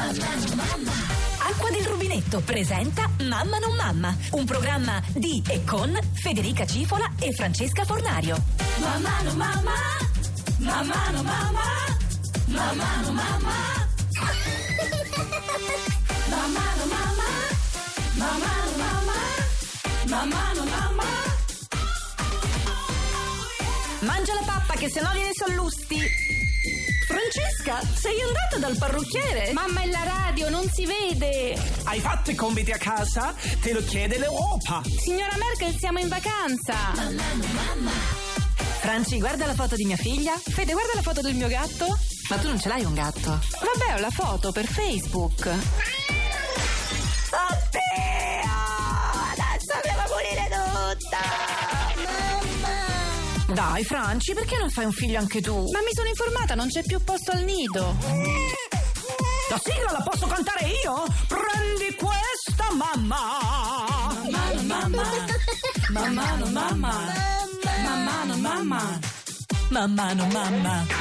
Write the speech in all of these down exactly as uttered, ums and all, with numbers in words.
Mamma non mamma. Acqua del Rubinetto presenta Mamma non mamma, un programma di e con Federica Cifola e Francesca Fornario. Mamma non mamma. Mamma non mamma. Mamma non mamma. Mamma non mamma. Mamma non mamma. Mamma non mamma. Mangia la pappa che sennò viene sallusti. Francesca, sei andata dal parrucchiere? Mamma, è la radio, non si vede. Hai fatto i compiti a casa? Te lo chiede l'Europa. Signora Merkel, siamo in vacanza. Mamma non mamma. Franci, guarda la foto di mia figlia. Fede, guarda la foto del mio gatto. Ma tu non ce l'hai un gatto? Vabbè, ho la foto per Facebook. Oddio! Adesso devo pulire tutta! Dai, Franci, perché non fai un figlio anche tu? Ma mi sono informata, non c'è più posto al nido. La sigla la posso cantare io? Prendi questa, mamma! Mamma non mamma. Mamma non mamma. Mamma non mamma. Mamma non mamma.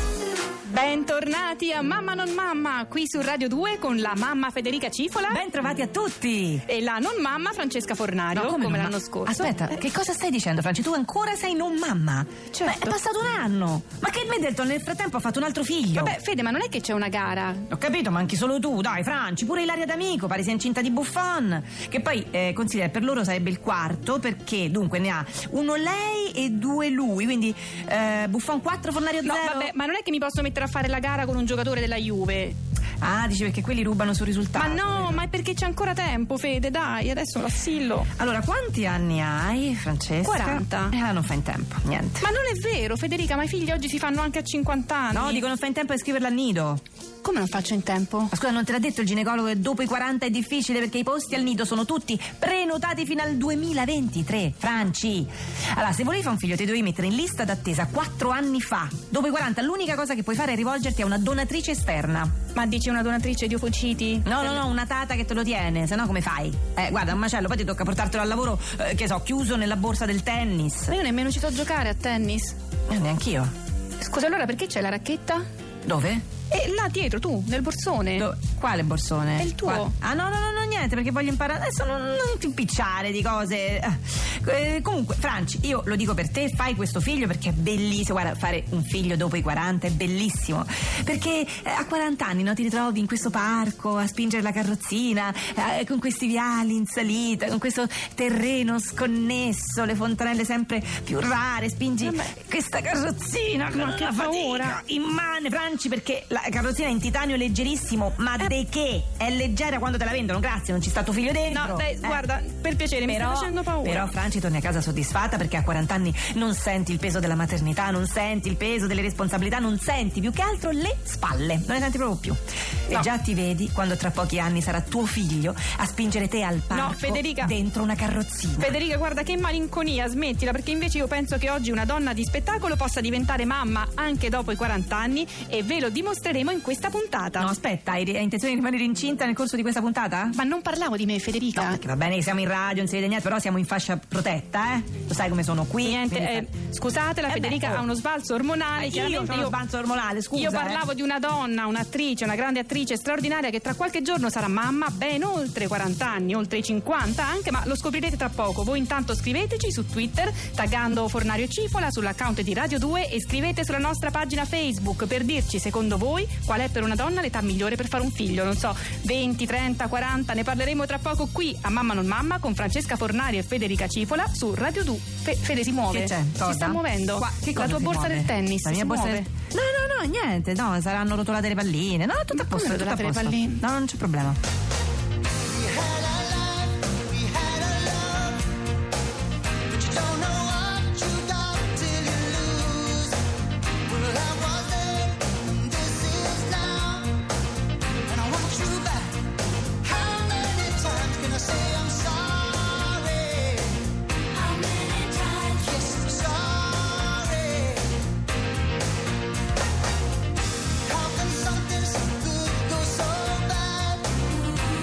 Bentornati a Mamma non mamma, qui su Radio due con la mamma Federica Cifola. Ben trovati a tutti! E la non mamma Francesca Fornario, No, come come non l'anno ma- scorso. Aspetta, Eh, che cosa stai dicendo, Franci? Tu ancora sei non mamma? Certo. Ma è passato un anno! Ma che Middleton nel frattempo ha fatto un altro figlio? Vabbè, Fede, ma non è che c'è una gara? Ho capito, ma anche solo tu, dai, Franci, pure Ilaria D'Amico, pare sia incinta di Buffon. Che poi, eh, considera, per loro sarebbe il quarto, perché dunque ne ha uno lei e due lui, quindi eh, Buffon quattro, Fornario No, zero. vabbè, ma non è che mi posso mettere a fare la gara con un giocatore della Juve. Ah, dici perché quelli rubano sul risultato. Ma no, ma è perché c'è ancora tempo, Fede, dai, adesso l'assillo. Allora, quanti anni hai, Francesca? quaranta. Eh, non fa in tempo, niente. Ma non è vero, Federica, ma i figli oggi si fanno anche a cinquanta anni. No, dico non fa in tempo a iscriverla al nido. Come non faccio in tempo? Ma scusa, non te l'ha detto il ginecologo che dopo i quaranta è difficile perché i posti al nido sono tutti prenotati fino al duemilaventitré, Franci. Allora, se volevi fare un figlio ti dovevi mettere in lista d'attesa quattro anni fa. Dopo i quaranta l'unica cosa che puoi fare è rivolgerti a una donatrice esterna. Ma dici una donatrice di ovociti? No, no, no, una tata che te lo tiene, se no come fai? Eh, guarda, un macello, poi ti tocca portartelo al lavoro, eh, che so, chiuso nella borsa del tennis. Ma io nemmeno ci so giocare a tennis. Eh, neanch'io. Scusa, allora perché c'è la racchetta? Dove? E là dietro, tu, nel borsone. Do- Quale borsone? È il tuo. Quale? Ah no, no, no, no, niente, perché voglio imparare. Adesso non, non ti impicciare di cose. Eh, comunque, Franci, io lo dico per te, fai questo figlio perché è bellissimo. Guarda, fare un figlio dopo i quaranta è bellissimo. Perché eh, a quaranta anni, no, ti ritrovi in questo parco a spingere la carrozzina, eh, con questi viali in salita, con questo terreno sconnesso, le fontanelle sempre più rare, spingi Vabbè. questa carrozzina con che una paura. fatica immane, Franci, perché la carrozzina è in titanio leggerissimo, ma Eh. de che? È leggera quando te la vendono, grazie, non ci sta tuo figlio dentro. No, dai, Eh. guarda, per piacere, mi Però, stai facendo paura. però Franci torni a casa soddisfatta perché a quaranta anni non senti il peso della maternità, non senti il peso delle responsabilità, non senti più che altro le spalle, non le senti proprio più. No. E già ti vedi quando tra pochi anni sarà tuo figlio a spingere te al parco No, Federica. dentro una carrozzina. Federica, guarda che malinconia, smettila, perché invece io penso che oggi una donna di spettacolo possa diventare mamma anche dopo i quaranta anni e ve lo dimostreremo in questa puntata. No, aspetta, hai, hai intenzione di rimanere incinta nel corso di questa puntata? Ma non parlavo di me, Federica. No, perché va bene che siamo in radio, non si vede niente, però siamo in fascia protetta, eh? Lo sai come sono qui? Niente, quindi eh, sai- scusate, la Eh Federica beh, oh. ha uno sbalzo ormonale. Eh, io chiaramente ho uno sbalzo ormonale, scusa. Io parlavo eh. di una donna, un'attrice, una grande attrice straordinaria che tra qualche giorno sarà mamma ben oltre quaranta anni, oltre i cinquanta anche, ma lo scoprirete tra poco. Voi intanto scriveteci su Twitter taggando Fornario Cifola sull'account di Radio due e scrivete sulla nostra pagina Facebook per dirci secondo voi qual è per una donna l'età migliore per fare un figlio. Non so, venti, trenta, quaranta, ne parleremo tra poco qui a Mamma non mamma con Francesca Fornario e Federica Cifola su Radio due. Fe- Fede si muove. Che c'è? Cosa? Si sta muovendo. Qua- che cosa la tua si borsa muove? del tennis. La mia si borsa muove. del... No, no, no, niente, no, saranno rotolate le palline. No, tutto a Ma posto, come tutto a rotolate le posto. palline? No, non c'è problema. Something so good goes so bad.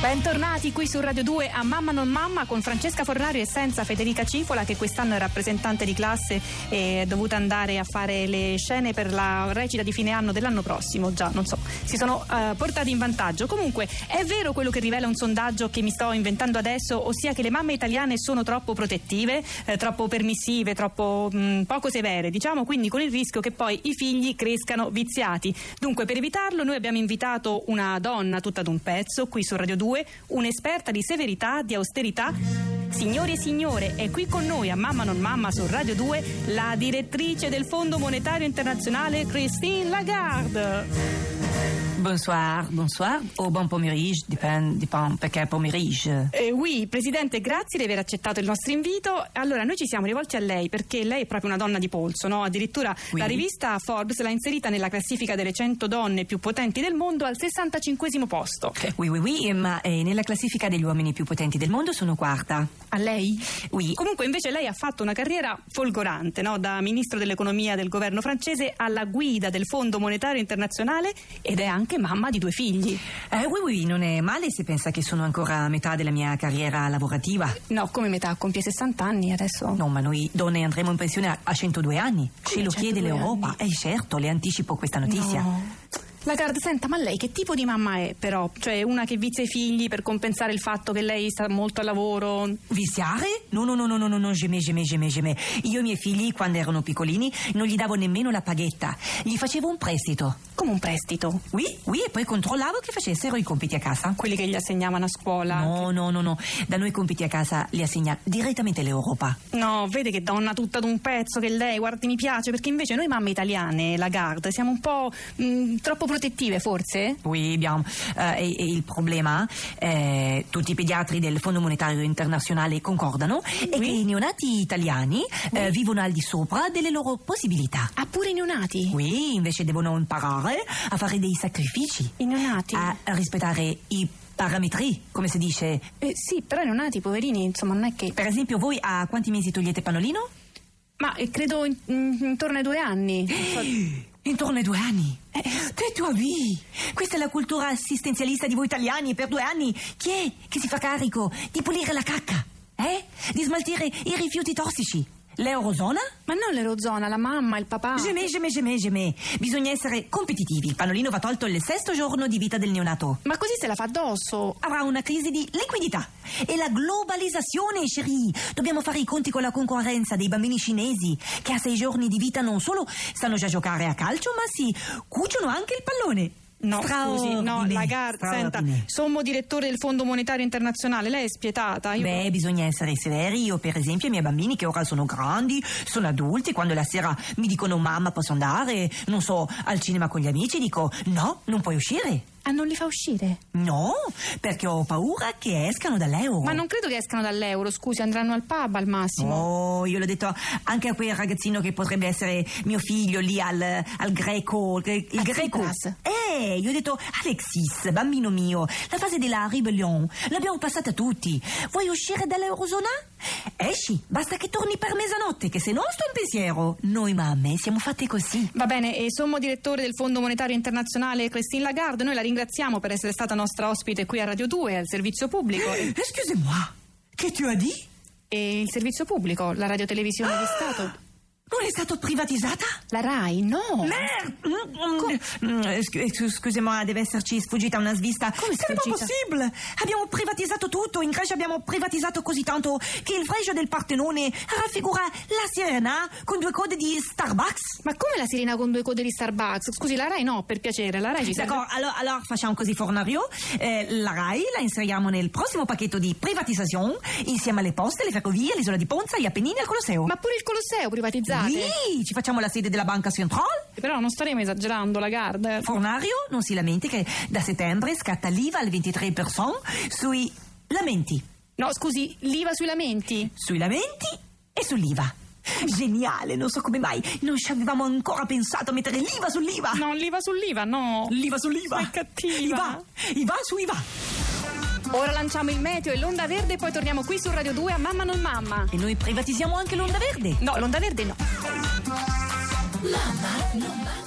Bentornati qui su Radio due a Mamma non Mamma con Francesca Fornario e senza Federica Cifola, che quest'anno è rappresentante di classe e è dovuta andare a fare le scene per la recita di fine anno dell'anno prossimo. Già, non so, si sono uh, portati in vantaggio. Comunque è vero quello che rivela un sondaggio che mi sto inventando adesso, ossia che le mamme italiane sono troppo protettive, eh, troppo permissive, troppo mh, poco severe, diciamo, quindi con il rischio che poi i figli crescano viziati. Dunque, per evitarlo noi abbiamo invitato una donna tutta d'un pezzo qui su Radio due, un'esperta di severità, di austerità. Signori e signore, è qui con noi a Mamma non Mamma su Radio due la direttrice del Fondo Monetario Internazionale, Christine Lagarde. Bonsoir, bonsoir o buon pomeriggio, dipende, dipende perché è pomeriggio. Eh, oui, Presidente, grazie di aver accettato il nostro invito. Allora, noi ci siamo rivolti a lei perché lei è proprio una donna di polso, no? Addirittura oui. La rivista Forbes l'ha inserita nella classifica delle cento donne più potenti del mondo al sessantacinquesimo posto. Oui, oui, oui, ma eh, nella classifica degli uomini più potenti del mondo sono quarta. A lei? Oui. Comunque invece lei ha fatto una carriera folgorante, no? Da ministro dell'economia del governo francese alla guida del Fondo Monetario Internazionale ed è anche mamma di due figli. Eh, oui, oui, non è male se pensa che sono ancora a metà della mia carriera lavorativa. No, come metà? Compie sessanta anni adesso. No, ma noi donne andremo in pensione a centodue anni. Ce lo chiede l'Europa. Eh certo, le anticipo questa notizia. No. Lagarde, senta, ma lei che tipo di mamma è però? Cioè una che vizia i figli per compensare il fatto che lei sta molto al lavoro? Viziare? No, no, no, no, no, no, no, jamais, jamais, jamais, jamais. Io e i miei figli, quando erano piccolini, non gli davo nemmeno la paghetta. Gli facevo un prestito. Come un prestito? Oui, oui, e poi controllavo che facessero i compiti a casa. Quelli che gli assegnavano a scuola? No, no, no, no. Da noi i compiti a casa li assegna direttamente l'Europa. No, vede che donna tutta d'un pezzo che lei, guardi, mi piace, perché invece noi mamme italiane, Lagarde, siamo un po' mh, troppo protettive, forse? Oui, bien. Uh, e, e il problema, eh, tutti i pediatri del Fondo Monetario Internazionale concordano, oui. È che i neonati italiani oui. eh, vivono al di sopra delle loro possibilità. Ah, pure i neonati? Oui, invece devono imparare a fare dei sacrifici. I neonati? A rispettare i parametri, come si dice. Eh, sì, però i neonati, poverini, insomma, non è che... Per esempio, voi a quanti mesi togliete Panolino? Ma eh, credo in, in, intorno ai due anni. Intorno ai due anni? Eh, che tu avvi? Questa è la cultura assistenzialista di voi italiani. Per due anni chi è che si fa carico di pulire la cacca? Eh? Di smaltire i rifiuti tossici? L'Eurozona? Ma non l'Eurozona, la mamma, il papà. Jamais, jamais, jamais, jamais. Bisogna essere competitivi. Il Panolino va tolto il sesto giorno di vita del neonato. Ma così se la fa addosso. Avrà una crisi di liquidità. E la globalizzazione, chérie. Dobbiamo fare i conti con la concorrenza dei bambini cinesi che a sei giorni di vita non solo sanno già giocare a calcio, ma si cuciono anche il pallone. No, scusi, no, Lagarde, senta, sommo direttore del Fondo Monetario Internazionale, lei è spietata. Io... Beh, bisogna essere severi. Io, per esempio, i miei bambini che ora sono grandi, sono adulti, quando la sera mi dicono mamma posso andare, non so, al cinema con gli amici, dico no, non puoi uscire. Ah, non li fa uscire? No, perché ho paura che escano dall'euro. Ma non credo che escano dall'euro, scusi, andranno al pub al massimo. Oh, io l'ho detto anche a quel ragazzino che potrebbe essere mio figlio lì al, al greco. Il a greco. Tsipras. Eh, io ho detto Alexis, bambino mio, la fase della ribellion l'abbiamo passata tutti. Vuoi uscire dall'Eurozona? Esci, basta che torni per mezzanotte, che se no sto in pensiero. Noi mamme siamo fatte così. Va bene, e sommo direttore del Fondo Monetario Internazionale Christine Lagarde, noi la ringraziamo per essere stata nostra ospite qui a Radio due, al servizio pubblico. Excusez-moi, che tu hai dit? E il servizio pubblico, la radiotelevisione ah! di Stato. Non è stato privatizzata? La Rai, no. Merde! Scusami, deve esserci sfuggita una svista. Come sfuggita? C'est pas possible! Abbiamo privatizzato tutto. In Grecia abbiamo privatizzato così tanto che il fregio del Partenone raffigura la sirena con due code di Starbucks. Ma come la sirena con due code di Starbucks? Scusi, la Rai no, per piacere, la Rai ci serve. D'accordo, allora, allora facciamo così, Fornario. Eh, la Rai la inseriamo nel prossimo pacchetto di privatizzazione insieme alle poste, le ferrovie, l'isola di Ponza, gli Appennini e il Colosseo. Ma pure il Colosseo privatizzato? Sì, ci facciamo la sede della Banca Centrale. Però non staremo esagerando, Lagarde. Fornario, non si lamenti che da settembre scatta l'I V A al ventitré per cento sui lamenti. No, scusi, l'I V A sui lamenti? Sui lamenti e sull'I V A. Geniale, non so come mai non ci avevamo ancora pensato a mettere l'I V A sull'I V A. No, l'I V A sull'I V A, no. L'I V A sull'I V A. Sei cattiva. I V A, I V A su I V A. Ora lanciamo il meteo e l'onda verde e poi torniamo qui su Radio due a Mamma non Mamma. E noi privatizziamo anche l'onda verde? No, l'onda verde no. Mamma non Mamma.